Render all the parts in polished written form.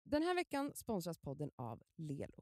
Den här veckan sponsras podden av Lelo.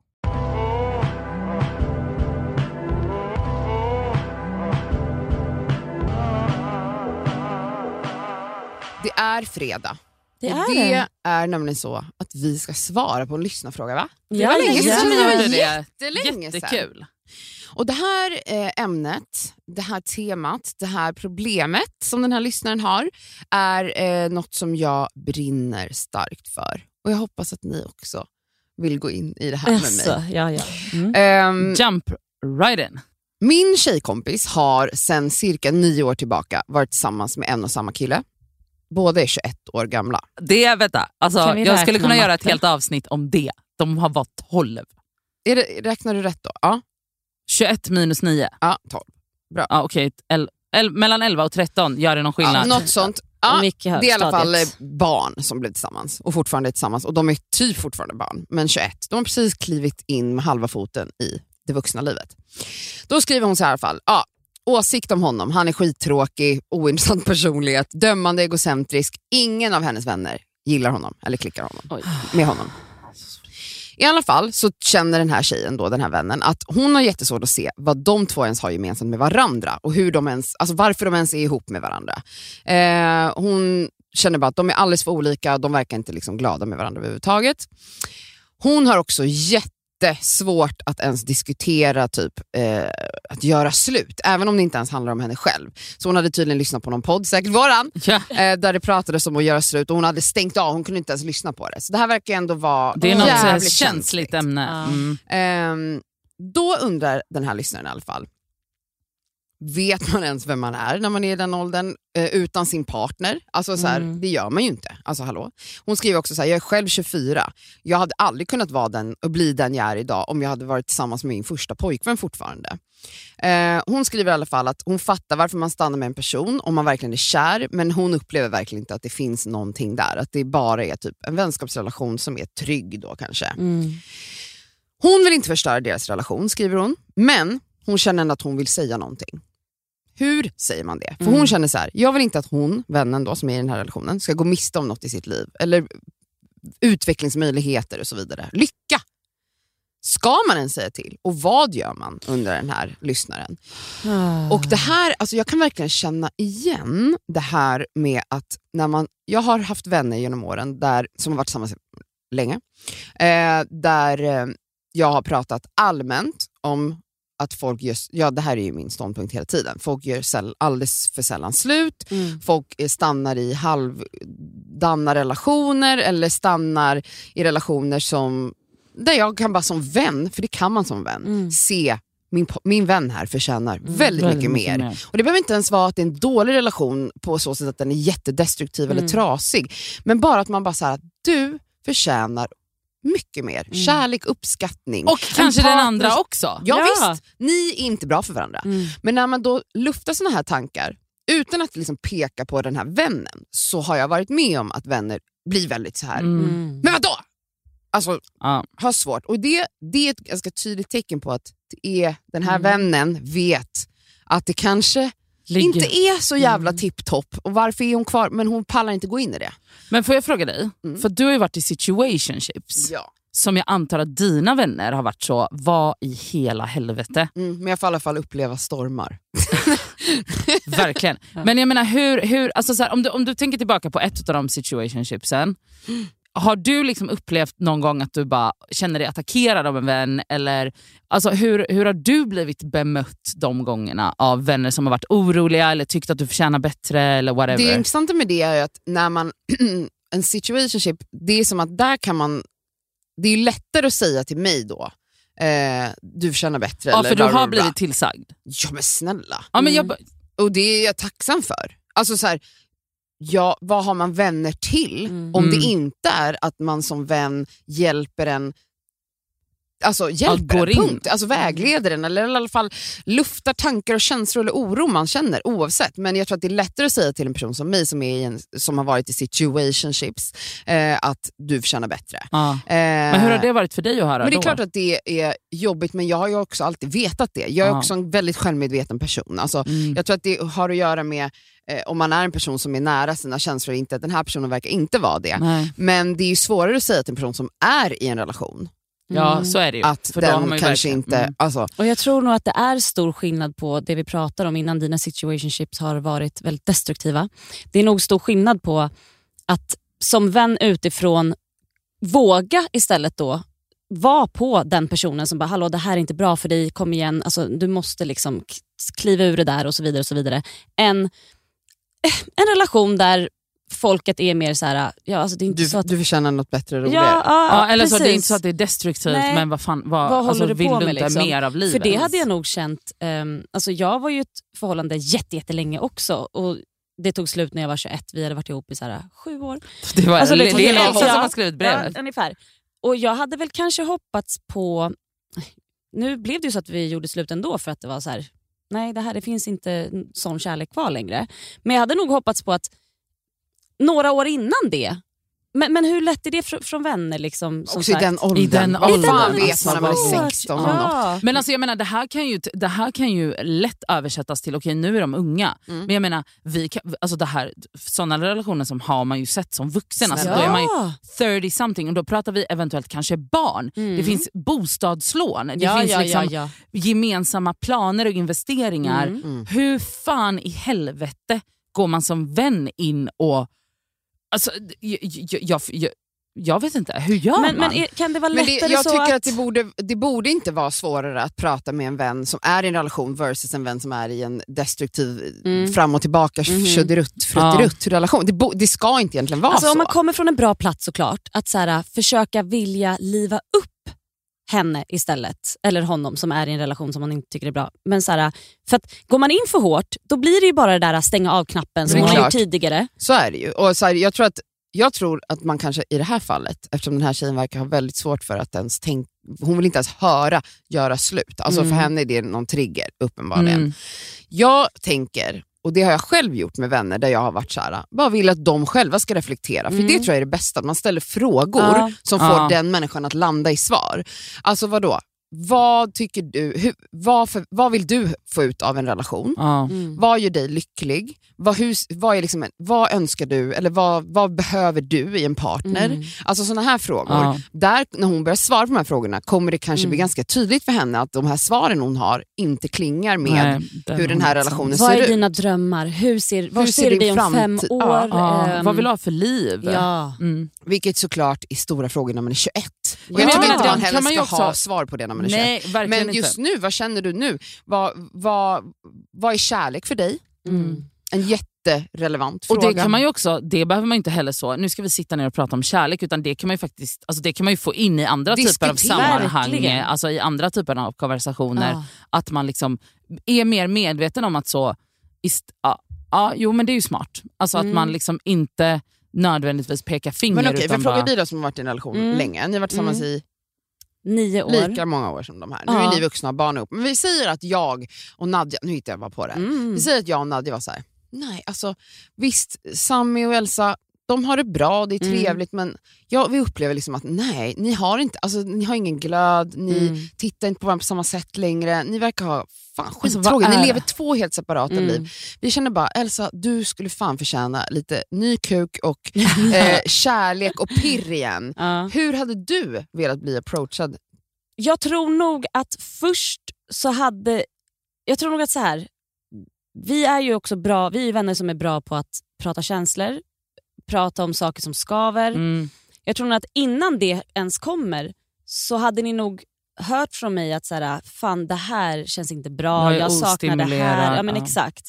Det är fredag. Det är nämligen så att vi ska svara på en lyssnarfråga, va? Det var länge sedan vi gjorde det. Jättelänge Jättekul. Sedan. Och det här ämnet, det här temat, det här problemet som den här lyssnaren har är något som jag brinner starkt för. Och jag hoppas att ni också vill gå in i det här med mig. Ja. Jump right in. Min tjejkompis har sedan cirka 9 år tillbaka varit tillsammans med en och samma kille. Båda är 21 år gamla. Det, vänta. Alltså, jag skulle kunna göra ett helt avsnitt om det. De har varit 12. Räknar du rätt då? Ja. 21 minus 9. Ja, 12. Bra. Ja, okej. Mellan 11 och 13 gör det någon skillnad. Ja, något sånt. Ja, det är i alla fall högstadiet. barn som blev tillsammans och fortfarande är tillsammans. Och de är typ fortfarande barn, men 21. De har precis klivit in med halva foten i det vuxna livet. Då skriver hon så här i alla fall. Ja, åsikt om honom. Han är skittråkig, ointressant personlighet, dömande, egocentrisk. Ingen av hennes vänner gillar honom eller klickar honom med honom. I alla fall så känner den här tjejen då, den här vännen, att hon har jättesvårt att se vad de två ens har gemensamt med varandra och hur de ens, alltså varför de ens är ihop med varandra. Hon känner bara att de är alldeles för olika, de verkar inte liksom glada med varandra överhuvudtaget. Hon har också jättesvårt att ens diskutera typ att göra slut, även om det inte ens handlar om henne själv. Så hon hade tydligen lyssnat på någon podd, säkert våran, där det pratades om att göra slut och hon hade stängt av, hon kunde inte ens lyssna på det. Så det här verkar ändå vara det är något känsligt ämne. Då undrar den här lyssnaren i alla fall, vet man ens vem man är när man är i den åldern utan sin partner? Alltså så här, det gör man ju inte. Alltså hallå. Hon skriver också så här, jag är själv 24. Jag hade aldrig kunnat vara den och bli den jag är idag om jag hade varit tillsammans med min första pojkvän fortfarande. Hon skriver i alla fall att hon fattar varför man stannar med en person om man verkligen är kär, men hon upplever verkligen inte att det finns någonting där. Att det bara är typ en vänskapsrelation som är trygg då kanske. Hon vill inte förstöra deras relation, skriver hon. Men hon känner ändå att hon vill säga någonting. Hur säger man det? För hon känner så här, jag vill inte att hon, vännen då som är i den här relationen, ska gå miste om något i sitt liv. Eller utvecklingsmöjligheter och så vidare. Lycka! Ska man ens säga till? Och vad gör man under den här lyssnaren? Och det här, alltså jag kan verkligen känna igen det här med att när man, jag har haft vänner genom åren där, som har varit tillsammans länge, där jag har pratat allmänt om att folk gör, det här är ju min ståndpunkt hela tiden, folk gör alldeles för sällan slut, folk stannar i halvdana relationer eller stannar i relationer som där jag kan bara som vän, för det kan man som vän, se min vän här förtjänar väldigt mycket mer. Och det behöver inte ens vara att det är en dålig relation på så sätt att den är jättedestruktiv eller trasig, men bara att man bara säger att du förtjänar mycket mer kärlek, uppskattning. Och kanske den andra också. Ja, visst, ni är inte bra för varandra. Men när man då luftar såna här tankar utan att liksom peka på den här vännen, så har jag varit med om att vänner blir väldigt så här. Men vadå? Alltså, har svårt. Och det är ett ganska tydligt tecken på att det är den här vännen vet att det kanske inte är så jävla tipptopp. Och varför är hon kvar? Men hon pallar inte gå in i det. Men får jag fråga dig? För du har ju varit i situationships. Ja. Som jag antar att dina vänner har varit så. Vad i hela helvete? Men jag får i alla fall uppleva stormar. Verkligen. Men jag menar, hur alltså så här, om du tänker tillbaka på ett av de situationshipsen, har du liksom upplevt någon gång att du bara känner dig attackerad av en vän? Eller alltså, hur har du blivit bemött de gångerna av vänner som har varit oroliga eller tyckt att du förtjänar bättre eller whatever? Det intressanta med det är att när man en situationship, det är som att där kan man, det är lättare att säga till mig då, du förtjänar bättre. Ja, eller för du har blivit tillsagd. Ja, men snälla. Ja, men och det är jag tacksam för. Alltså så här, ja, vad har man vänner till om det inte är att man som vän hjälper en alltså, hjälper den, punkt. Alltså, vägleder den eller i alla fall luftar tankar och känslor eller oro man känner oavsett. Men jag tror att det är lättare att säga till en person som mig som har varit i situationships att du förtjänar bättre. Men hur har det varit för dig att höra? Men det är klart att det är jobbigt, men jag har ju också alltid vetat det. Jag är också en väldigt självmedveten person. Alltså, jag tror att det har att göra med om man är en person som är nära sina känslor, inte att den här personen verkar inte vara det. Nej. Men det är ju svårare att säga till en person som är i en relation. Ja, så är det ju. Att för den kanske inte... Alltså. Och jag tror nog att det är stor skillnad på det vi pratar om innan dina situationships har varit väldigt destruktiva. Det är nog stor skillnad på att som vän utifrån våga istället då vara på den personen som bara, hallå, det här är inte bra för dig, kom igen, alltså, du måste liksom kliva ur det där och så vidare och så vidare. En relation där folket är mer så här, ja, alltså det är inte så att du förtjänar något bättre, roligare. Ja, eller precis. så det är inte så att det är destruktivt. Nej. Men vad håller alltså, du vill på du med inte liksom? mer av livet? För det hade jag nog känt, alltså jag var ju ett förhållande jättelänge också, och det tog slut när jag var 21. Vi hade varit ihop i så här 7 år. Det var alltså, det är Elsa som har skrivit brevet. Ja, ungefär. Och jag hade väl kanske hoppats på, nu blev det ju så att vi gjorde slut ändå för att det var så här, nej, det finns inte sån kärlek kvar längre. Men jag hade nog hoppats på att några år innan det. Men hur lätt är det från vänner liksom, som också sagt? i den åldern. Fan vet man när man är 16. Ja. Men alltså jag menar, det här kan ju lätt översättas till okej, nu är de unga. Men jag menar, alltså det här, sådana relationer som har man ju sett som vuxen. Alltså, då är man ju 30 something och då pratar vi eventuellt kanske barn. Det finns bostadslån. Det finns liksom gemensamma planer och investeringar. Hur fan i helvete går man som vän in och alltså, jag vet inte, hur gör man? Men kan det vara lättare jag så tycker att det borde inte vara svårare att prata med en vän som är i en relation versus en vän som är i en destruktiv fram och tillbaka fruttirutt relation. Det ska inte egentligen vara alltså, så. Om man kommer från en bra plats såklart, att så här, försöka vilja liva upp henne istället, eller honom som är i en relation som man inte tycker är bra. Men så här, för att går man in för hårt, då blir det ju bara det där stänga av knappen som man har gjort tidigare. Så är det ju. Och så här, jag tror att man kanske i det här fallet, eftersom den här tjejen verkar ha väldigt svårt för att ens tänka, hon vill inte ens göra slut. Alltså för henne är det någon trigger uppenbarligen. Jag tänker, och det har jag själv gjort med vänner där jag har varit så här, bara vill att de själva ska reflektera. För det tror jag är det bästa, att man ställer frågor som får den människan att landa i svar. Alltså vadå? Vad tycker du, vad vill du få ut av en relation? Vad gör dig lycklig? Vad önskar du? Eller vad behöver du i en partner? Alltså såna här frågor. Där, när hon börjar svara på de här frågorna, kommer det kanske bli ganska tydligt för henne att de här svaren hon har inte klingar med hur den här relationen ser ut. Vad är dina drömmar? Hur ser du dig om 5 år? Vad vill du ha för liv? Vilket såklart är stora frågor när man är 21. Och Men jag tycker inte man kan heller man ska ha svar på det när man är 21. Nej, verkligen men just inte. nu, vad känner du nu? Vad är kärlek för dig? En jätterelevant fråga. Och det kan man ju också, det behöver man inte heller så, nu ska vi sitta ner och prata om kärlek, utan det kan man ju faktiskt, alltså det kan man ju få in i andra typer av sammanhang, alltså i andra typer av konversationer, att man liksom är mer medveten om att så, jo men det är ju smart, alltså att man liksom inte nödvändigtvis pekar finger. Men okej, utan för fråga Bida som har varit i en relation länge, ni har varit tillsammans i 9 år. Lika många år som de här. Nu är ni vuxna och barn ihop. Men vi säger att jag och Nadja, nu hittar jag bara på det. Vi säger att jag och Nadja var så här, nej alltså visst, Sammy och Elsa, de har det bra, det är trevligt, men vi upplever liksom att nej, ni har ingen glöd, ni tittar inte på varandra på samma sätt längre, ni verkar ha skittråkigt, ni lever 2 helt separata liv. Vi känner bara, Elsa, du skulle fan förtjäna lite ny kuk och kärlek och pirr igen. Hur hade du velat bli approachad? Jag tror nog att först så så här, vi är ju också bra, vi är vänner som är bra på att prata känslor, prata om saker som skaver. Jag tror nog att innan det ens kommer så hade ni nog hört från mig att så här, fan det här känns inte bra, jag saknar det här. Ja men exakt.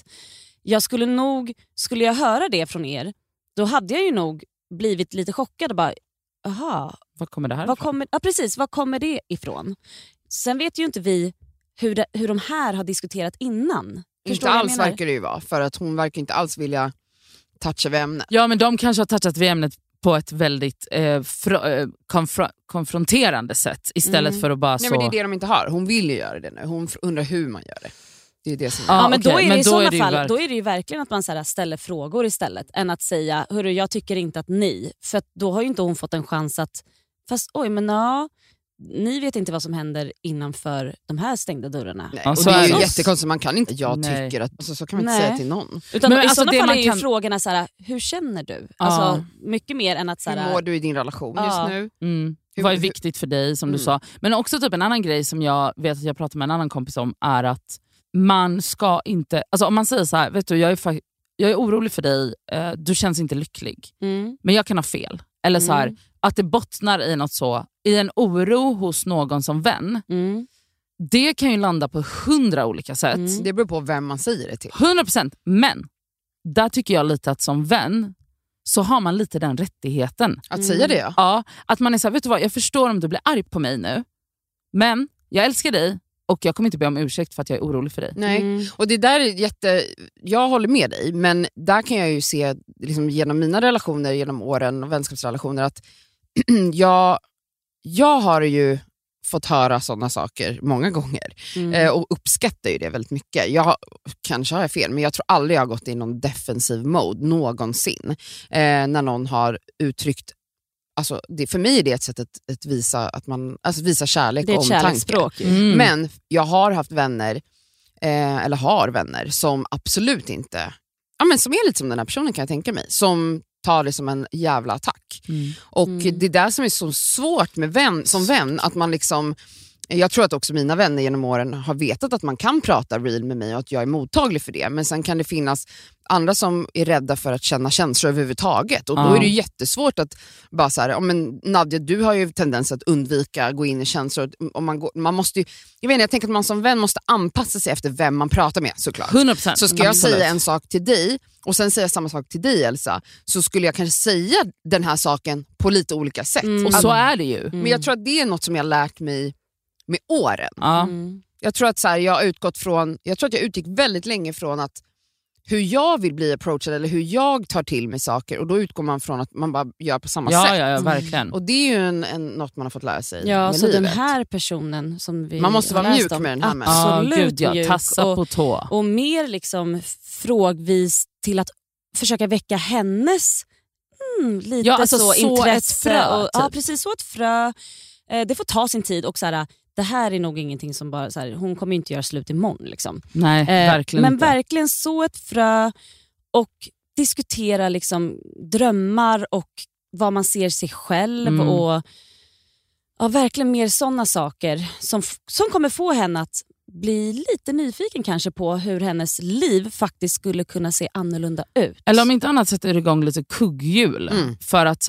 Skulle jag höra det från er, då hade jag ju nog blivit lite chockad och bara, aha, vad kommer det här ifrån? Precis, vad kommer det ifrån? Sen vet ju inte vi hur de här har diskuterat innan. Inte alls verkar det ju vara, för att hon verkar inte alls vilja toucha vid ämnet. Ja men de kanske har touchat vid ämnet på ett väldigt konfronterande sätt istället för att bara så... Nej, men det är det de inte har. Hon vill ju göra det nu. Hon undrar hur man gör det. Det är det som... Ja, men okej. då är det Men i då sådana är det ju fall då är det ju verkligen att man så här ställer frågor istället än att säga, hörru, jag tycker inte att ni, för att då har ju inte hon fått en chans att, fast oj men ja, ni vet inte vad som händer innanför de här stängda dörrarna. Nej, Ja, och så det är är ju det. jättekonstigt, man kan inte, jag Nej. tycker att, så kan man inte Nej. säga till någon. Utan Men i alltså sådana det fall man är ju kan- frågorna så här, hur känner du? Ja. Alltså, mycket mer än att så Hur här, mår du i din relation Ja. just nu? Vad är viktigt för dig som du sa. Men också typ en annan grej som jag vet att jag pratade med en annan kompis om är att man ska inte, alltså om man säger så här, vet du, jag är orolig för dig, du känns inte lycklig. Men jag kan ha fel. Eller så här, att det bottnar i något så, i en oro hos någon som vän. Det kan ju landa på 100 olika sätt. Det beror på vem man säger det till. 100%. Men där tycker jag lite att som vän så har man lite den rättigheten. Att säga det, ja. Ja, att man är så här, vet du vad, jag förstår om du blir arg på mig nu. Men jag älskar dig och jag kommer inte be om ursäkt för att jag är orolig för dig. Nej. Och det där är jag håller med dig, men där kan jag ju se liksom, genom mina relationer genom åren och vänskapsrelationer att jag har ju fått höra sådana saker många gånger och uppskattar ju det väldigt mycket. Kanske har jag fel, men jag tror aldrig jag har gått i någon defensiv mode någonsin när någon har uttryckt, alltså för mig är det ett sätt att visa att man, alltså visa kärlek det är och ett omtanke. kärleksspråk. Men jag har haft vänner eller har vänner som absolut inte, ja men som är lite som den här personen kan jag tänka mig, som tar det som en jävla attack. Och det är där som är så svårt med som vän, att man liksom, jag tror att också mina vänner genom åren har vetat att man kan prata real med mig och att jag är mottaglig för det, men sen kan det finnas andra som är rädda för att känna känslor överhuvudtaget och då är det jättesvårt att bara så här, men Nadja, du har ju tendens att undvika gå in i känslor, och man måste ju, jag tänker att man som vän måste anpassa sig efter vem man pratar med, såklart. 100%. Så ska jag säga en sak till dig och sen säga samma sak till dig, Elsa, så skulle jag kanske säga den här saken på lite olika sätt. Och så är det ju. Men jag tror att det är något som jag har lärt mig med åren. Ja. Jag tror att jag utgick väldigt länge från att hur jag vill bli approachad eller hur jag tar till mig saker, och då utgår man från att man bara gör på samma sätt. Ja, verkligen. Och det är ju något man har fått lära sig Ja, med så livet. den här personen som vi Man måste har vara läst mjuk om, med den här människan. absolut mjuk tassa på tå. och mer liksom frågvis till att försöka väcka hennes lite alltså så så intresse. ett frö, Och, typ. ja, precis, så ett frö. Det får ta sin tid och så här, det här är nog ingenting som bara så här, hon kommer inte göra slut imorgon liksom. Nej, verkligen men inte. verkligen så ett frö och diskutera liksom drömmar och vad man ser sig själv och ja, verkligen mer sådana saker som kommer få henne att bli lite nyfiken kanske på hur hennes liv faktiskt skulle kunna se annorlunda ut. Eller om inte annat sätter igång lite kugghjul. För att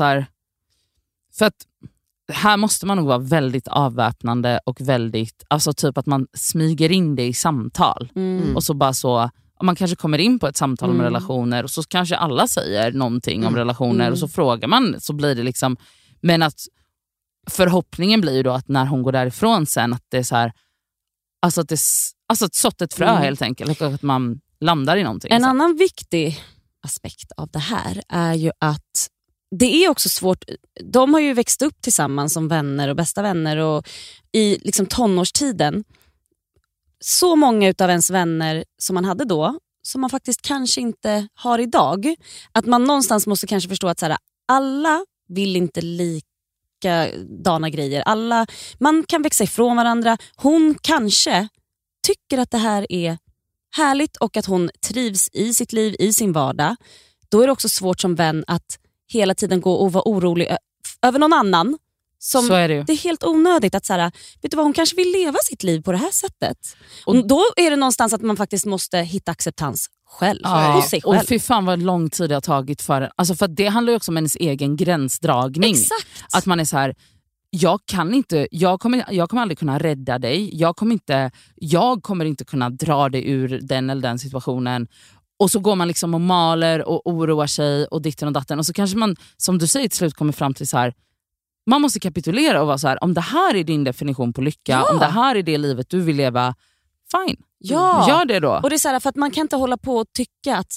här måste man nog vara väldigt avväpnande och väldigt, alltså typ att man smyger in det i samtal. Och så bara så, man kanske kommer in på ett samtal om relationer och så kanske alla säger någonting om relationer och så frågar man, så blir det liksom, men att förhoppningen blir ju då att när hon går därifrån sen att det är så här, alltså ett sått ett frö helt enkelt, och att man landar i någonting. En annan viktig aspekt av det här är ju att det är också svårt, de har ju växt upp tillsammans som vänner och bästa vänner och i liksom tonårstiden, så många utav ens vänner som man hade då som man faktiskt kanske inte har idag, att man någonstans måste kanske förstå att så här, alla vill inte likadana grejer, man kan växa ifrån varandra. Hon kanske tycker att det här är härligt och att hon trivs i sitt liv, i sin vardag. Då är det också svårt som vän att hela tiden gå och vara orolig över någon annan. Så är det ju. Det är helt onödigt att så här, vet du vad, hon kanske vill leva sitt liv på det här sättet. Och då är det någonstans att man faktiskt måste hitta acceptans själv, hos sig själv. Och fy fan vad lång tid det har tagit för en. Alltså för det handlar ju också om ens egen gränsdragning. Exakt. Att man är så här, jag kommer aldrig kunna rädda dig. Jag kommer inte kunna dra dig ur den eller den situationen. Och så går man liksom och maler och oroar sig och ditten och datten. Och så kanske man, som du säger, till slut kommer fram till så här, man måste kapitulera och vara så här, om det här är din definition på lycka, om det här är det livet du vill leva, fine. Ja. Gör det då. Och det är så här, för att man kan inte hålla på och tycka att så här,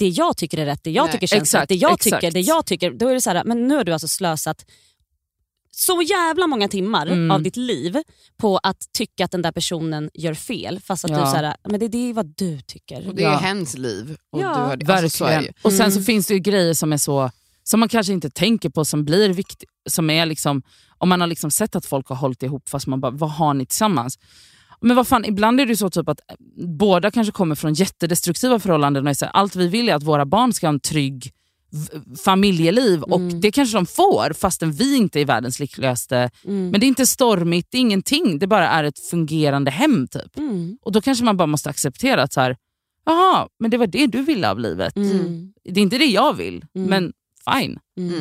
det jag tycker är rätt, det jag tycker känns rätt, det jag tycker, då är det så här, men nu har du alltså slösat så jävla många timmar av ditt liv på att tycka att den där personen gör fel, fast att du såhär, men det är vad du tycker. Och det är hennes liv. Och du har det. Verkligen. Alltså, och sen så finns det ju grejer som är så, som man kanske inte tänker på, som blir viktigt, som är liksom, om man har liksom sett att folk har hållit ihop, fast man bara, vad har ni tillsammans? Men vad fan, ibland är det så typ att båda kanske kommer från jättedestruktiva förhållanden och säger, allt vi vill är att våra barn ska ha en trygg familjeliv, och det kanske de får fastän vi inte är världens lyckligaste. Men det är inte stormigt, det är ingenting, det bara är ett fungerande hem typ. Och då kanske man bara måste acceptera att så här, jaha, men det var det du ville av livet. Det är inte det jag vill, men fine.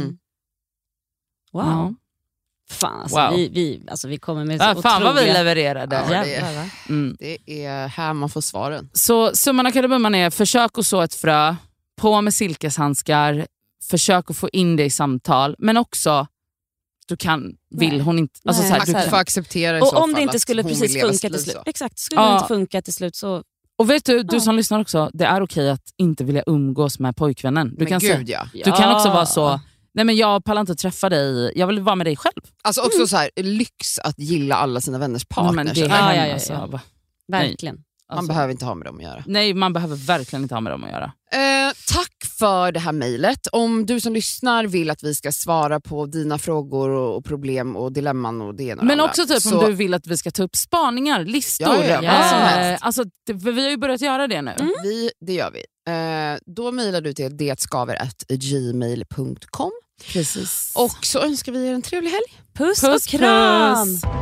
Wow. Ja. Fan, alltså, vi kommer med så fan otroliga... vad vi levererade. Det är här man får svaren. Så summan av kardemumman är, försök att så ett frö, på med silkeshandskar, försök att få in det i samtal, men också vill hon inte, alltså så här, du får acceptera i så och fall om det inte att skulle hon precis vill leva funka sitt till liv slut. så. Exakt, skulle det inte funka till slut så... Och vet du som lyssnar också, det är okej att inte vilja umgås med pojkvännen. Du kan du kan också vara så, nej men jag pallar inte träffa dig, jag vill vara med dig själv. Alltså också så här, lyx att gilla alla sina vänners partners. Verkligen. Man behöver inte ha med dem att göra. Nej, man behöver verkligen inte ha med dem att göra. Tack för det här mejlet. Om du som lyssnar vill att vi ska svara på dina frågor och problem och dilemman och det ena och men andra, också typ så... om du vill att vi ska ta upp spaningar, listor. Vad som helst. Alltså, för vi har ju börjat göra det nu. Det gör vi. Då mejlar du till detskaver@gmail.com. Precis. Och så önskar vi er en trevlig helg. Puss och kram!